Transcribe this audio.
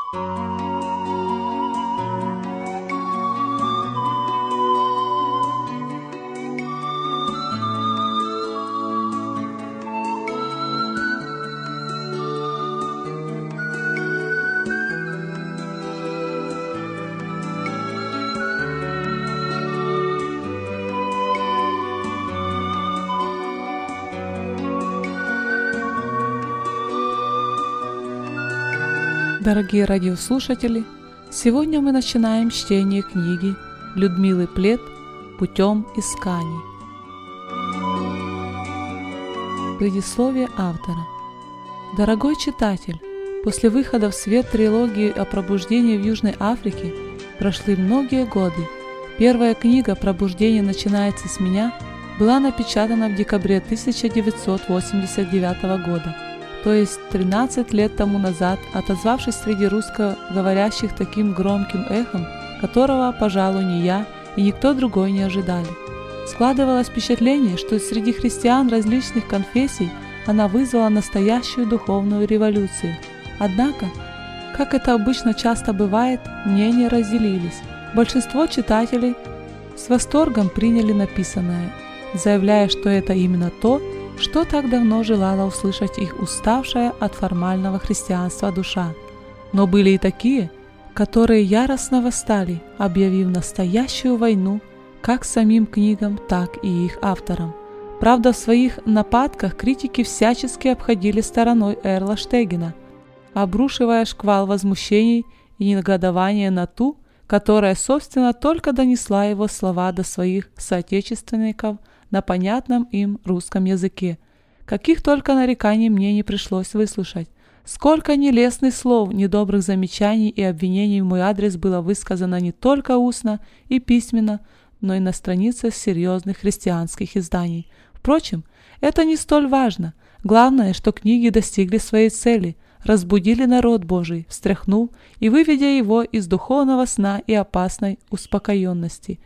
Дорогие радиослушатели, сегодня мы начинаем чтение книги Людмилы Плет «Путем исканий». Предисловие автора. Дорогой читатель, после выхода в свет трилогии о пробуждении в Южной Африке прошли многие годы. Первая книга «Пробуждение начинается с меня» была напечатана в декабре 1989 года. То есть 13 лет тому назад, отозвавшись среди русскоговорящих таким громким эхом, которого, пожалуй, ни я и никто другой не ожидали. Складывалось впечатление, что среди христиан различных конфессий она вызвала настоящую духовную революцию. Однако, как это обычно часто бывает, мнения разделились. Большинство читателей с восторгом приняли написанное, заявляя, что это именно то, что так давно желала услышать их уставшая от формального христианства душа. Но были и такие, которые яростно восстали, объявив настоящую войну как самим книгам, так и их авторам. Правда, в своих нападках критики всячески обходили стороной Эрла Штегена, обрушивая шквал возмущений и негодования на ту, которая, собственно, только донесла его слова до своих соотечественников на понятном им русском языке. Каких только нареканий мне не пришлось выслушать. Сколько нелестных слов, недобрых замечаний и обвинений в мой адрес было высказано не только устно и письменно, но и на страницах серьезных христианских изданий. Впрочем, это не столь важно. Главное, что книги достигли своей цели, разбудили народ Божий, встряхнув и выведя его из духовного сна и опасной успокоенности.